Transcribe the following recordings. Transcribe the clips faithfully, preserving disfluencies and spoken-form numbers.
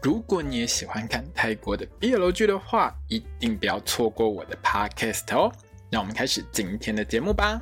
如果你也喜欢看泰国的 B L 剧的话，一定不要错过我的 Podcast 哦。让我们开始今天的节目吧。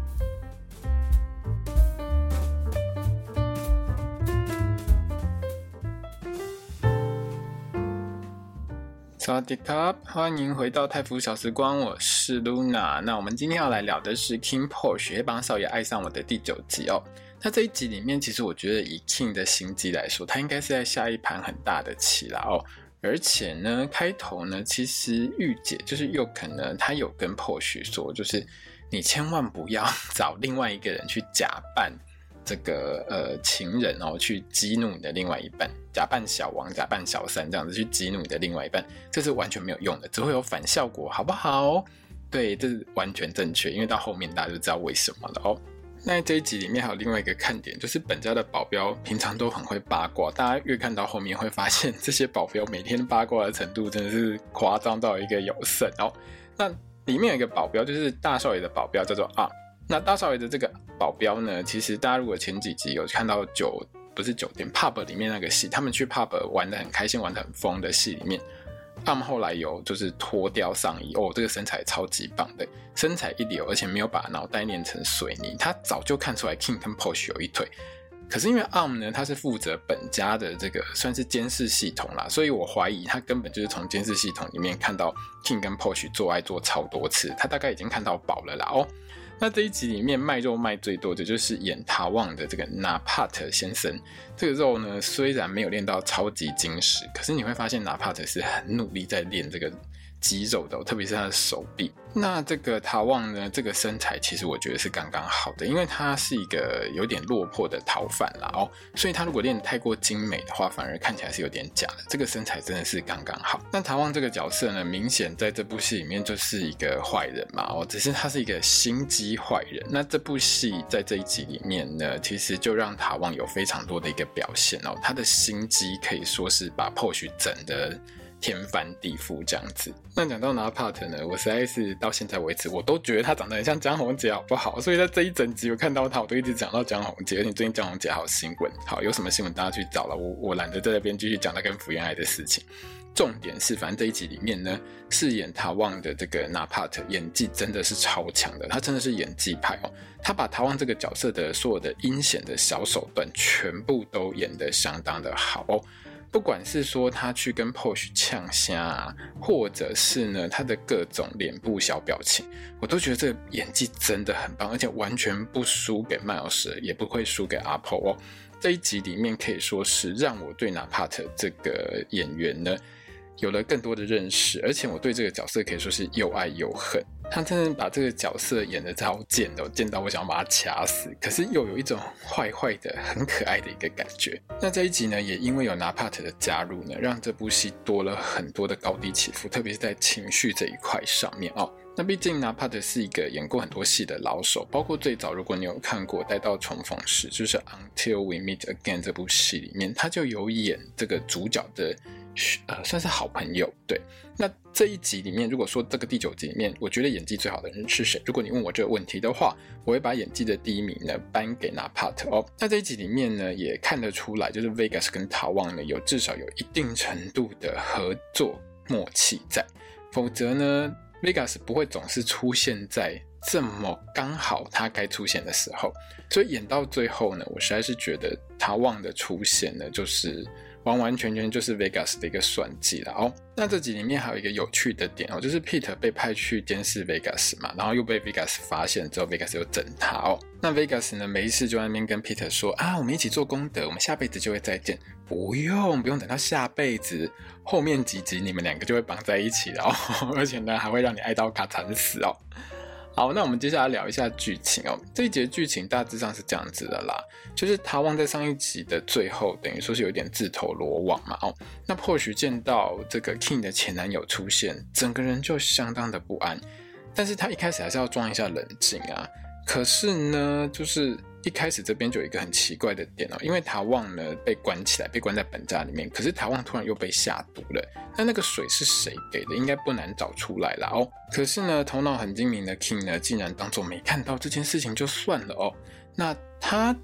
萨瓦迪卡，欢迎回到泰服小时光，我是 Luna。那我们今天要来聊的是 King Porsche 黑帮少爷爱上我的第九集哦。那这一集里面，其实我觉得以 King 的心机来说，他应该是在下一盘很大的棋啦哦。而且呢，开头呢，其实御姐就是佑肯呢，他有跟 Porsche 说，就是你千万不要找另外一个人去假扮这个呃情人哦，去激怒你的另外一半，假扮小王、假扮小三这样子去激怒你的另外一半，这是完全没有用的，只会有反效果，好不好？对，这是完全正确，因为到后面大家就知道为什么了哦。那这一集里面还有另外一个看点，就是本家的保镖平常都很会八卦，大家越看到后面会发现，这些保镖每天八卦的程度真的是夸张到一个有甚哦。那里面有一个保镖，就是大少爷的保镖，叫做啊。那大少爷的这个保镖呢，其实大家如果前几集有看到酒不是酒店 pub 里面那个戏，他们去 pub 玩得很开心，玩得很疯的戏里面，他们后来有就是脱掉上衣哦，这个身材超级棒的，身材一流，而且没有把脑袋练成水泥，他早就看出来 King 跟 Porsche 有一腿。可是因为 Arm 呢，他是负责本家的这个算是监视系统啦，所以我怀疑他根本就是从监视系统里面看到 King 跟 Porsche 做爱做超多次，他大概已经看到饱了啦哦。那这一集里面卖肉卖最多的就是演塔旺的这个 Napat 先生，这个肉呢虽然没有练到超级精实，可是你会发现 Napat 是很努力在练这个肌肉的、哦，特别是他的手臂。那这个塔旺呢，这个身材其实我觉得是刚刚好的，因为他是一个有点落魄的逃犯啦哦，所以他如果练得太过精美的话，反而看起来是有点假的。这个身材真的是刚刚好。那塔旺这个角色呢，明显在这部戏里面就是一个坏人嘛哦，只是他是一个心机坏人。那这部戏在这一集里面呢，其实就让塔旺有非常多的一个表现哦，他的心机可以说是把 Porsche 整的天翻地覆这样子。那讲到 Napat 呢，我实在是到现在为止我都觉得他长得很像江宏杰好不好，所以在这一整集我看到他我都一直讲到江宏杰，而且最近江宏杰还有新闻，好，有什么新闻大家去找了，我我懒得在这边继续讲他跟福原爱的事情。重点是反正这一集里面呢，饰演塔旺的这个 Napat 演技真的是超强的，他真的是演技派哦，他把塔旺这个角色的所有的阴险的小手段全部都演得相当的好哦。不管是说他去跟 Porsche 呛虾啊，或者是呢他的各种脸部小表情，我都觉得这个演技真的很棒，而且完全不输给 Miles， 也不会输给 Apple 哦。这一集里面可以说是让我对 Napat 这个演员呢有了更多的认识，而且我对这个角色可以说是又爱又恨。他真的把这个角色演得超贱的，贱到我想要把他掐死，可是又有一种坏坏的很可爱的一个感觉。那这一集呢，也因为有 Napat 的加入呢，让这部戏多了很多的高低起伏，特别是在情绪这一块上面哦。那毕竟 Napat 是一个演过很多戏的老手，包括最早如果你有看过《待到重逢时》，就是 Until We Meet Again 这部戏里面，他就有演这个主角的呃，算是好朋友。对，那这一集里面，如果说这个第九集里面，我觉得演技最好的人是谁？如果你问我这个问题的话，我会把演技的第一名呢颁给 Napat 哦。那这一集里面呢，也看得出来，就是 Vegas 跟塔旺呢有至少有一定程度的合作默契在，否则呢 Vegas 不会总是出现在这么刚好他该出现的时候，所以演到最后呢，我实在是觉得塔旺的出现呢，就是完完全全就是 Vegas 的一个算计啦哦。那这集里面还有一个有趣的点哦，就是 Pete 被派去监视 Vegas 嘛，然后又被 Vegas 发现之后 Vegas 又整他哦。那 Vegas 呢没事就在那边跟 Pete 说啊，我们一起做功德，我们下辈子就会再见。不用不用等到下辈子，后面几集你们两个就会绑在一起了哦，而且呢还会让你爱到卡惨死哦。好，那我们接下来聊一下剧情哦。这一集的剧情大致上是这样子的啦，就是塔旺在上一集的最后，等于说是有点自投罗网嘛哦。那Porsche见到这个 King 的前男友出现，整个人就相当的不安，但是他一开始还是要装一下冷静啊。可是呢，就是一开始这边就有一个很奇怪的点哦，因为塔旺呢被关起来，被关在本家里面，可是塔旺突然又被下毒了。那那个水是谁给的？应该不难找出来啦哦。可是呢，头脑很精明的 King 呢，竟然当作没看到这件事情就算了哦。那他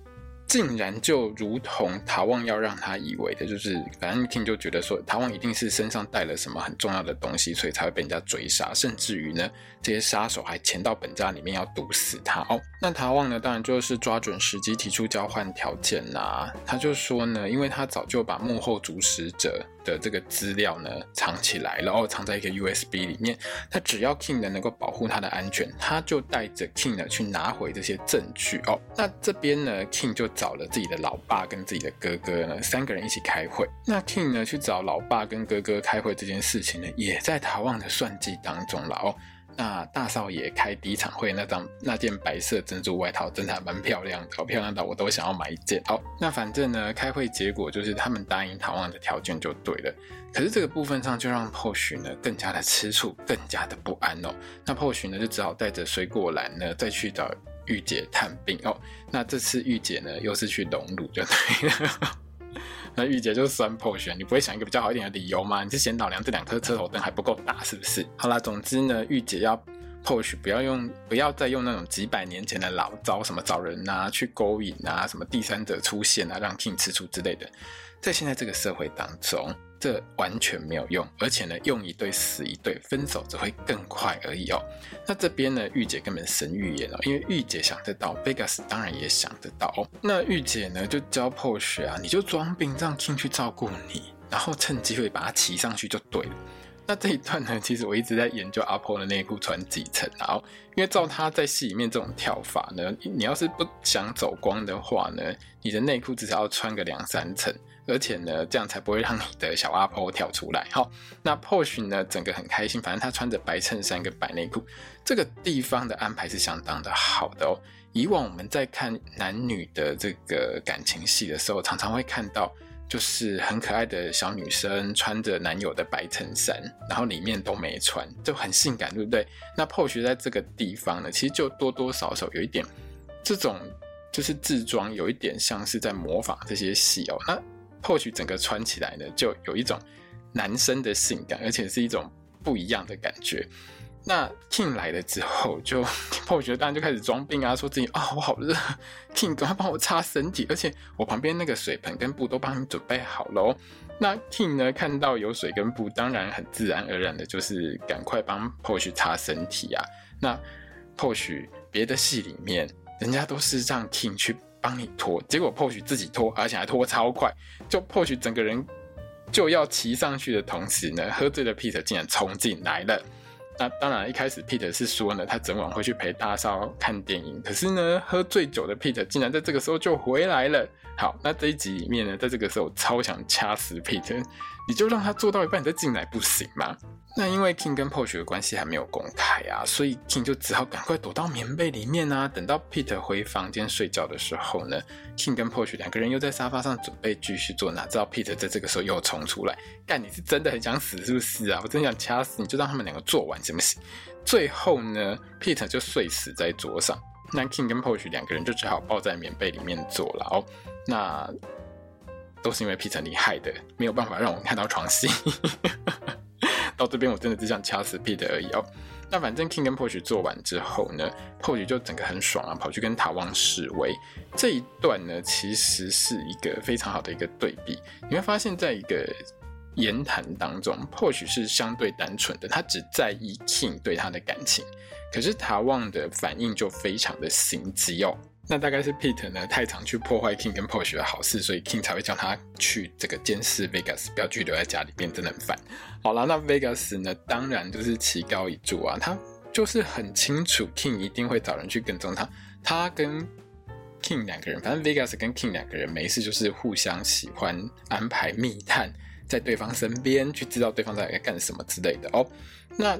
竟然就如同塔旺要让他以为的，就是反正 King 就觉得说塔旺一定是身上带了什么很重要的东西，所以才会被人家追杀，甚至于呢这些杀手还潜到本家里面要毒死他哦。那塔旺呢当然就是抓准时机提出交换条件啊，他就说呢因为他早就把幕后主使者的这个资料呢藏起来了哦，藏在一个 U S B 里面，那只要 King 呢能够保护他的安全，他就带着 King 呢去拿回这些证据哦。那这边呢 King 就找了自己的老爸跟自己的哥哥呢三个人一起开会。那 King 呢去找老爸跟哥哥开会这件事情呢也在塔旺的算计当中了哦。那大少爷开第一场会那张那件白色珍珠外套真的还蛮漂亮的，好漂亮到我都想要买一件。好，那反正呢开会结果就是他们答应塔旺的条件就对了，可是这个部分上就让 Porsche 呢更加的吃醋，更加的不安哦。那 Porsche 呢就只好带着水果篮呢再去找御姐探病哦。那这次御姐呢又是去隆乳就对了那御姐就酸 Porsche， 你不会想一个比较好一点的理由吗？你是嫌老娘这两颗车头灯还不够大是不是？好啦，总之呢御姐要 Porsche 不要用不要再用那种几百年前的老招，什么找人啊去勾引啊，什么第三者出现啊让 King 吃醋之类的，在现在这个社会当中这完全没有用，而且呢用一对死一对，分手只会更快而已哦。那这边呢御姐根本神预言哦，因为御姐想得到 Vegas 当然也想得到哦。那御姐呢就教 Porsche 啊，你就装病让 King 去照顾你，然后趁机会把他骑上去就对了。那这一段呢其实我一直在研究阿婆的内裤穿几层啊，因为照他在戏里面这种跳法呢，你要是不想走光的话呢，你的内裤至少要穿个两三层，而且呢这样才不会让你的小阿婆跳出来。好，那 Porsche 呢整个很开心，反正他穿着白衬衫跟白内裤，这个地方的安排是相当的好的哦。以往我们在看男女的这个感情戏的时候，常常会看到就是很可爱的小女生穿着男友的白衬衫，然后里面都没穿，就很性感，对不对？那 Porsche 在这个地方呢其实就多多少少有一点这种就是制装有一点像是在模仿这些戏哦。那 Porsche 整个穿起来呢就有一种男生的性感，而且是一种不一样的感觉。那 King 来了之后就 Porsche 当然就开始装病啊，说自己啊、哦、我好热 King 赶快帮我擦身体，而且我旁边那个水盆跟布都帮你准备好了哦。那 King 呢看到有水跟布，当然很自然而然的就是赶快帮 Porsche 擦身体啊。那 Porsche 别的戏里面人家都是让 King 去帮你拖，结果 Porsche 自己拖，而且还拖超快，就 Porsche 整个人就要骑上去的同时呢，喝醉的 Peter 竟然冲进来了。那当然一开始 Peter 是说呢他整晚会去陪大少看电影，可是呢喝醉酒的 Peter 竟然在这个时候就回来了。好，那这一集里面呢在这个时候超想掐死 Peter， 你就让他做到一半你再进来不行吗？那因为 King 跟 Porsche 的关系还没有公开啊，所以 King 就只好赶快躲到棉被里面啊。等到 Peter 回房间睡觉的时候呢， King 跟 Porsche 两个人又在沙发上准备继续做，哪知道 Peter 在这个时候又冲出来，干你是真的很想死是不是啊？我真想掐死你，就让他们两个做完行不行？最后呢 Peter 就睡死在桌上，那 King 跟 Porsche 两个人就只好抱在棉被里面做了哦。那都是因为 Peter 厉害的，没有办法让我看到床戏到这边我真的只想掐死 Peter 而已哦。那反正 King 跟 Porsche 做完之后呢， Porsche 就整个很爽啊，跑去跟塔旺示威。这一段呢其实是一个非常好的一个对比，你会发现在一个言谈当中 Porsche 是相对单纯的，他只在意 King 对他的感情，可是塔旺的反应就非常的心机哦。那大概是 Peter 呢太常去破坏 King 跟 Porsche 的好事，所以 King 才会叫他去这个监视 Vegas， 不要继续留在家里面，真的很烦。好啦，那 Vegas 呢当然就是棋高一注啊，他就是很清楚 King 一定会找人去跟踪他，他跟 King 两个人，反正 Vegas 跟 King 两个人没事就是互相喜欢安排密探在对方身边，去知道对方在干什么之类的哦。那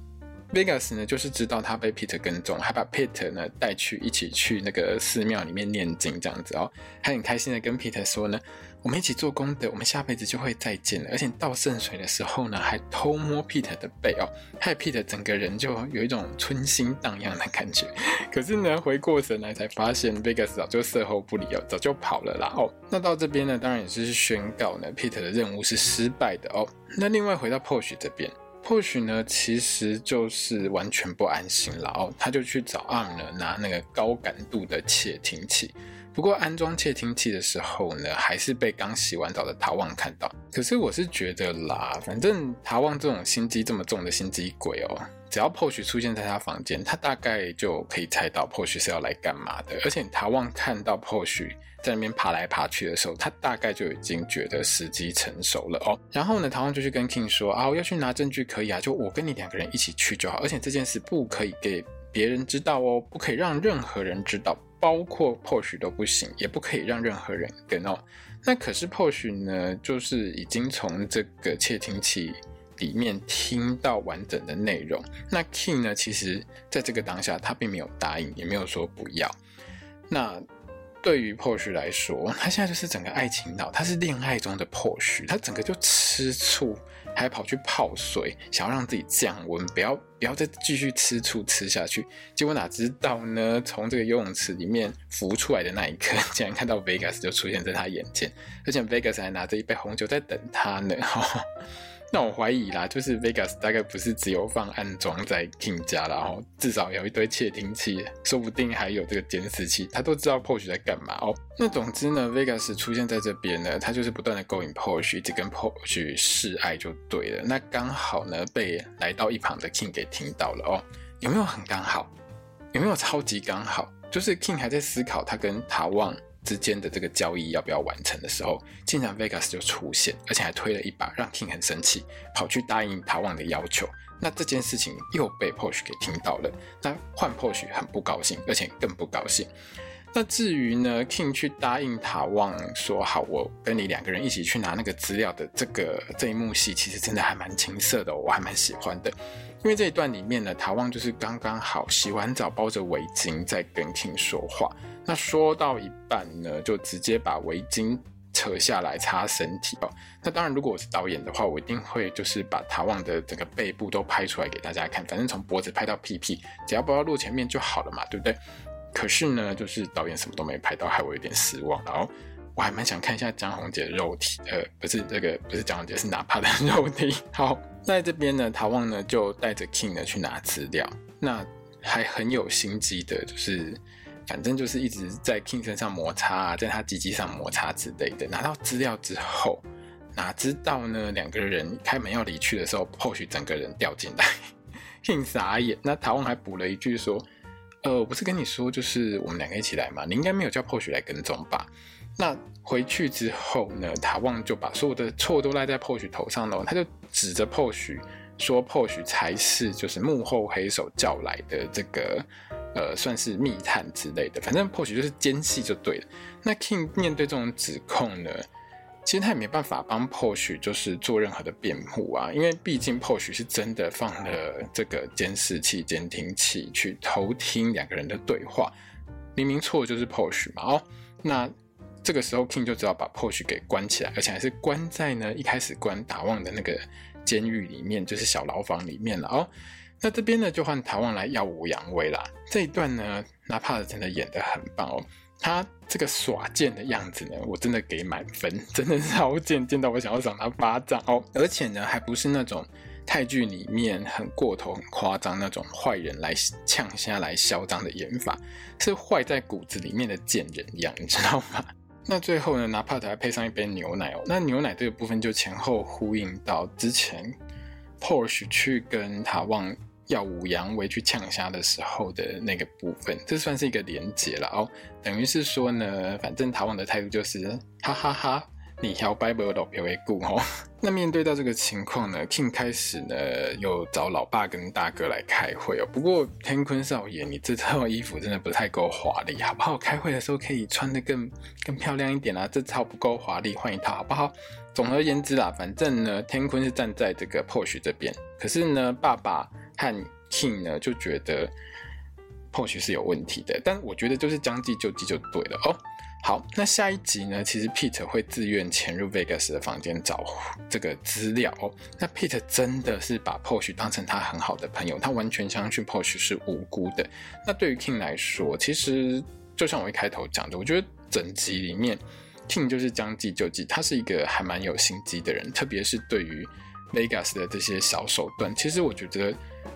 Vegas 呢就是知道他被 Peter 跟踪，还把 Peter 呢带去一起去那个寺庙里面念经这样子哦，还很开心的跟 Peter 说呢，我们一起做功德，我们下辈子就会再见了。而且倒圣水的时候呢还偷摸 Peter 的背哦，害 Peter 整个人就有一种春心荡漾的感觉。可是呢回过神来才发现 Vegas 早就售后不理哦，早就跑了啦哦。那到这边呢当然也是宣告呢 Peter 的任务是失败的哦。那另外回到 Porsche 这边，Porsche 呢其实就是完全不安心了哦，他就去找 Arm 呢拿那个高感度的窃听器， 不过安装窃听器的时候呢，还是被刚洗完澡的塔旺看到。可是我是觉得啦，反正塔旺这种心机这么重的心机鬼哦，只要 Porsche 出现在他房间，他大概就可以猜到 Porsche 是要来干嘛的。而且塔旺看到 Porsche 在那边爬来爬去的时候，他大概就已经觉得时机成熟了哦。然后呢，塔旺就去跟 King 说啊，我要去拿证据可以啊，就我跟你两个人一起去就好，而且这件事不可以给别人知道哦，不可以让任何人知道，包括 Porsche 都不行，也不可以让任何人跟哦。那可是 Porsche 呢，就是已经从这个窃听器里面听到完整的内容。那 King 呢，其实在这个当下他并没有答应，也没有说不要。那对于 Porsche 来说，他现在就是整个爱情脑，他是恋爱中的 Porsche， 他整个就吃醋，还跑去泡水，想要让自己降温，不要不要再继续吃醋吃下去。结果哪知道呢，从这个游泳池里面浮出来的那一刻，竟然看到 Vegas 就出现在他眼前，而且 Vegas 还拿着一杯红酒在等他呢。那我怀疑啦，就是 Vegas 大概不是只有放暗装在 King 家啦，哦，至少有一堆窃听器，说不定还有这个监视器，他都知道 Porsche 在干嘛哦。那总之呢 ，Vegas 出现在这边呢，他就是不断的勾引 Porsche， 一直跟 Porsche 示爱就对了。那刚好呢，被来到一旁的 King 给听到了哦，有没有很刚好？有没有超级刚好？就是 King 还在思考他跟塔旺之间的这个交易要不要完成的时候，竟然 Vegas 就出现，而且还推了一把，让 King 很生气，跑去答应塔旺的要求。那这件事情又被 Porsche 给听到了，那换 Porsche 很不高兴，而且更不高兴。那至于呢 King 去答应塔旺说好，我跟你两个人一起去拿那个资料的这个这一幕戏，其实真的还蛮情色的，哦，我还蛮喜欢的。因为这一段里面呢，塔旺就是刚刚好洗完澡，包着围巾在跟 King 说话。那说到一半呢，就直接把围巾扯下来擦身体哦。那当然，如果我是导演的话，我一定会就是把塔旺的整个背部都拍出来给大家看，反正从脖子拍到屁屁，只要不要露前面就好了嘛，对不对？可是呢，就是导演什么都没拍到，害我有点失望。然后我还蛮想看一下江宏杰的肉体，呃，不是这个，不是江宏杰，是哪怕的肉体。好，在这边呢，塔旺呢就带着 King 呢去拿资料，那还很有心机的，就是反正就是一直在 King 身上摩擦啊，在他鸡鸡上摩擦之类的。拿到资料之后，哪知道呢，两个人开门要离去的时候 ，Porsche 整个人掉进来 ，King 傻眼。那塔旺还补了一句说：“呃，我不是跟你说，就是我们两个一起来嘛，你应该没有叫 Porsche 来跟踪吧？”那回去之后呢，塔旺就把所有的错都赖在 Porsche 头上了，他就指着 Porsche 说 Porsche 才是就是幕后黑手叫来的这个呃算是密探之类的，反正 Porsche 就是奸细就对了。那 King 面对这种指控呢，其实他也没办法帮 Porsche 就是做任何的辩护啊，因为毕竟 Porsche 是真的放了这个监视器、监听器去偷听两个人的对话，明明错就是 Porsche 嘛哦，那这个时候 King 就只好把 Porsche 给关起来，而且还是关在呢一开始关塔旺的那个监狱里面，就是小牢房里面了哦。那这边呢就换塔旺来耀武扬威啦。这一段呢，纳帕真的演得很棒哦。他这个耍贱的样子呢，我真的给满分，真的是好贱，贱到我想要赏他巴掌哦。而且呢，还不是那种泰剧里面很过头、很夸张那种坏人来呛下来嚣张的演法，是坏在骨子里面的贱人一样，你知道吗？那最后呢，拿帕特还配上一杯牛奶哦。那牛奶这个部分就前后呼应到之前 Porsche 去跟塔旺耀武扬威去呛虾的时候的那个部分，这算是一个连结了哦。等于是说呢，反正塔旺的态度就是哈哈哈哈，你摇摆不老别为故哦。那面对到这个情况呢 ，King 开始呢又找老爸跟大哥来开会哦。不过天坤少爷，你这套衣服真的不太够华丽，好不好？开会的时候可以穿得更更漂亮一点啊，这套不够华丽，换一套好不好？总而言之啦，反正呢，天坤是站在这个 Porsche 这边，可是呢，爸爸和 King 呢就觉得 Porsche 是有问题的，但我觉得就是将计就计就对了哦。好，那下一集呢，其实 Pete 会自愿潜入 Vegas 的房间找这个资料哦。那 Pete 真的是把 Porsche 当成他很好的朋友，他完全相信 Porsche 是无辜的。那对于 King 来说，其实就像我一开头讲的，我觉得整集里面 King 就是将计就计，他是一个还蛮有心机的人，特别是对于 Vegas 的这些小手段，其实我觉得可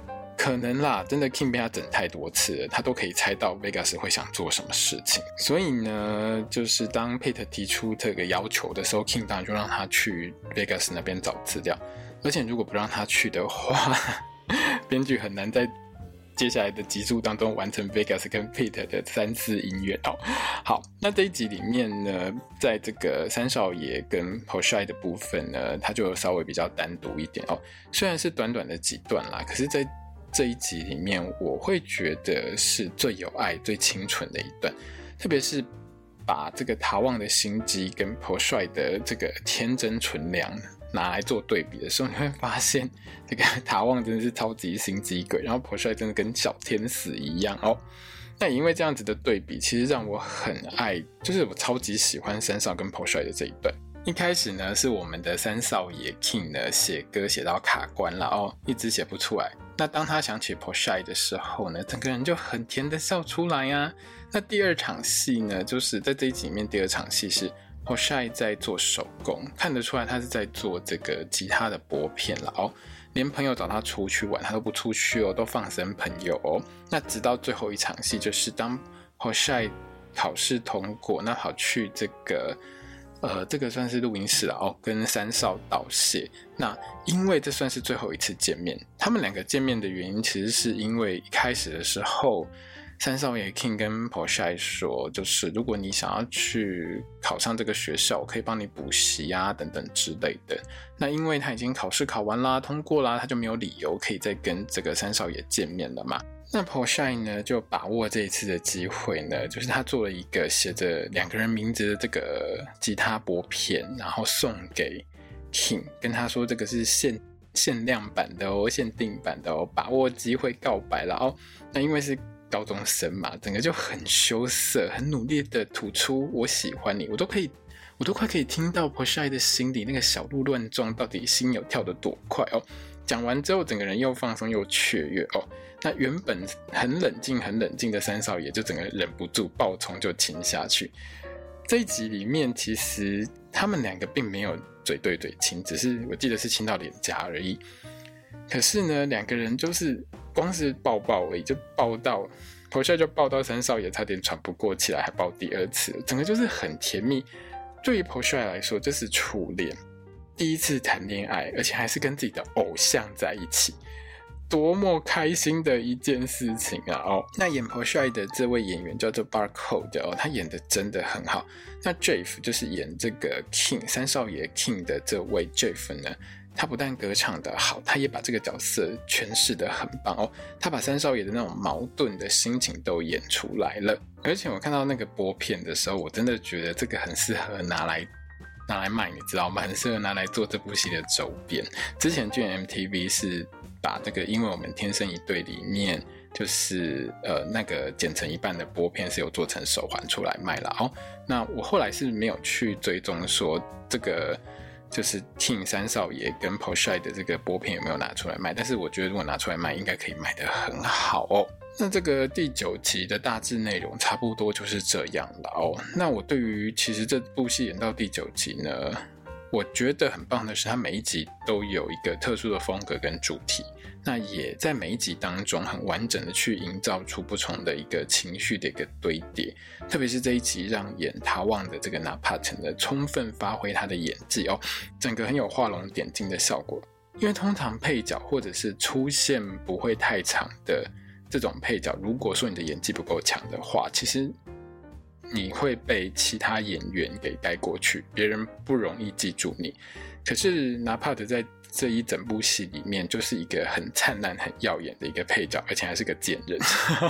可能啦，真的 King 被他整太多次了，他都可以猜到 Vegas 会想做什么事情。所以呢，就是当 Pete 提出这个要求的时候 ，King 当然就让他去 Vegas 那边找资料。而且如果不让他去的话，编剧很难在接下来的集数当中完成 Vegas 跟 Pete 的三次姻缘哦。好，那这一集里面呢，在这个三少爷跟 Porsche 的部分呢，他就稍微比较单独一点哦。虽然是短短的几段啦，可是在这一集里面，我会觉得是最有爱、最清纯的一段，特别是把这个塔旺的心机跟 Porsche 的这个天真纯良拿来做对比的时候，你会发现这个塔旺真的是超级心机鬼，然后 Porsche 真的跟小天使一样哦。那也因为这样子的对比，其实让我很爱，就是我超级喜欢三少跟 Porsche 的这一段。一开始呢，是我们的三少爷 King 呢写歌写到卡关了哦，一直写不出来。那当他想起 Porsche 的时候呢，整个人就很甜的笑出来啊。那第二场戏呢，就是在这一集里面第二场戏是Porsche 在做手工，看得出来他是在做这个吉他的拨片了哦。连朋友找他出去玩，他都不出去哦，都放生朋友哦。那直到最后一场戏，就是当 Porsche 考试通过，那跑去这个呃，这个算是录音室了哦，跟三少道谢。那因为这算是最后一次见面，他们两个见面的原因，其实是因为一开始的时候。三少爷 King 跟 Porsche 说，就是如果你想要去考上这个学校，我可以帮你补习啊，等等之类的。那因为他已经考试考完啦，通过啦，他就没有理由可以再跟这个三少爷见面了嘛。那 Porsche 呢，就把握这一次的机会呢，就是他做了一个写着两个人名字的这个吉他拨片，然后送给 King， 跟他说这个是限限量版的哦，限定版的哦，把握机会告白了哦。那因为是高中生嘛，整个就很羞涩，很努力的吐出我喜欢你，我都可以，我都快可以听到 Porsche 的心里那个小鹿乱撞，到底心有跳得多快哦。讲完之后，整个人又放松又雀跃哦。那原本很冷静、很冷静的三少爷，就整个忍不住爆冲就亲下去。这一集里面，其实他们两个并没有嘴对嘴亲，只是我记得是亲到脸颊而已。可是呢，两个人就是光是抱抱而已，就抱到 Porsche 就抱到三少爷差点喘不过气来，还抱第二次，整个就是很甜蜜。对于 Porsche 来说，这是初恋，第一次谈恋爱，而且还是跟自己的偶像在一起，多么开心的一件事情啊！哦，那演 Porsche 的这位演员叫做 Barcode 哦，他演的真的很好。那 Jeff 就是演这个 King 三少爷 King 的这位 Jeff 呢，他不但歌唱得好，他也把这个角色诠释得很棒哦。他把三少爷的那种矛盾的心情都演出来了。而且我看到那个拨片的时候，我真的觉得这个很适合拿来拿来卖，你知道吗？很适合拿来做这部戏的周边。之前去 M T V 是把这个因为我们天生一对里面就是呃那个剪成一半的拨片是有做成手环出来卖了哦。那我后来是没有去追踪说这个就是 King 三少爷跟 Porsche 的这个拨片有没有拿出来卖，但是我觉得如果拿出来卖应该可以卖得很好哦。那这个第九集的大致内容差不多就是这样了哦。那我对于其实这部戏演到第九集呢，我觉得很棒的是它每一集都有一个特殊的风格跟主题，那也在每一集当中很完整的去营造出不同的一个情绪的一个堆叠，特别是这一集让演塔旺的这个 Napat 呢充分发挥他的演技哦，整个很有画龙点睛的效果。因为通常配角或者是出现不会太长的这种配角，如果说你的演技不够强的话，其实你会被其他演员给带过去，别人不容易记住你。可是 Napat 在这一整部戏里面就是一个很灿烂很耀眼的一个配角，而且还是个贱人。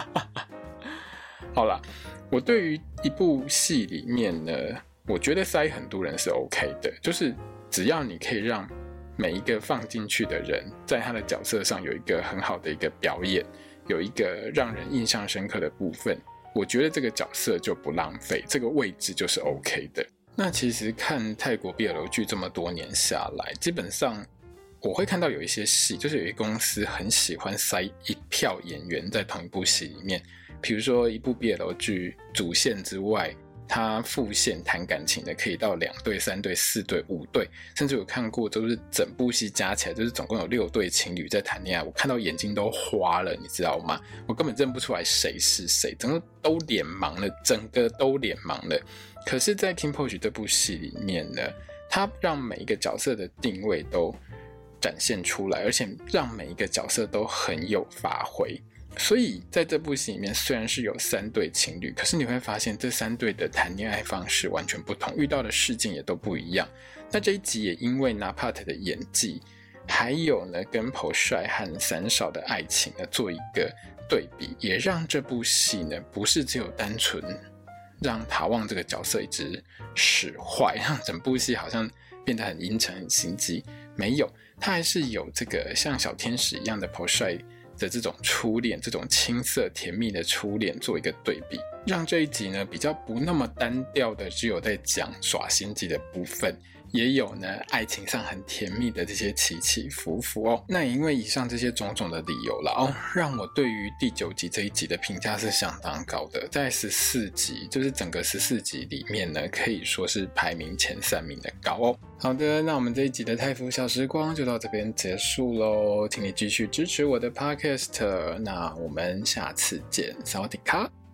好啦，我对于一部戏里面呢，我觉得塞很多人是 OK 的，就是只要你可以让每一个放进去的人在他的角色上有一个很好的一个表演，有一个让人印象深刻的部分，我觉得这个角色就不浪费，这个位置就是 OK 的。那其实看泰国 B L 剧这么多年下来，基本上我会看到有一些戏，就是有一些公司很喜欢塞一票演员在同一部戏里面，比如说一部 B L 剧主线之外他副线谈感情的可以到两对、三对、四对、五对，甚至有看过都是整部戏加起来就是总共有六对情侣在谈恋爱，我看到眼睛都花了，你知道吗？我根本认不出来谁是谁，整个都脸盲了，整个都脸盲了。可是在 KinnPorsche 这部戏里面呢，他让每一个角色的定位都展现出来，而且让每一个角色都很有发挥。所以在这部戏里面虽然是有三对情侣，可是你会发现这三对的谈恋爱方式完全不同，遇到的事件也都不一样。那这一集也因为 Napat 的演技，还有呢跟 Porsche 和三少的爱情呢做一个对比，也让这部戏呢不是只有单纯让塔旺这个角色一直使坏，让整部戏好像变得很阴沉很心机，没有，他还是有这个像小天使一样的 Porsche的这种初恋，这种青涩甜蜜的初恋做一个对比，让这一集呢比较不那么单调的只有在讲耍心机的部分，也有呢爱情上很甜蜜的这些起起伏伏哦。那也因为以上这些种种的理由啦哦，让我对于第九集这一集的评价是相当高的，在十四集就是整个十四集里面呢可以说是排名前三名的高哦。好的，那我们这一集的太福小时光就到这边结束咯，请你继续支持我的 podcast， 那我们下次见，萨瓦迪卡。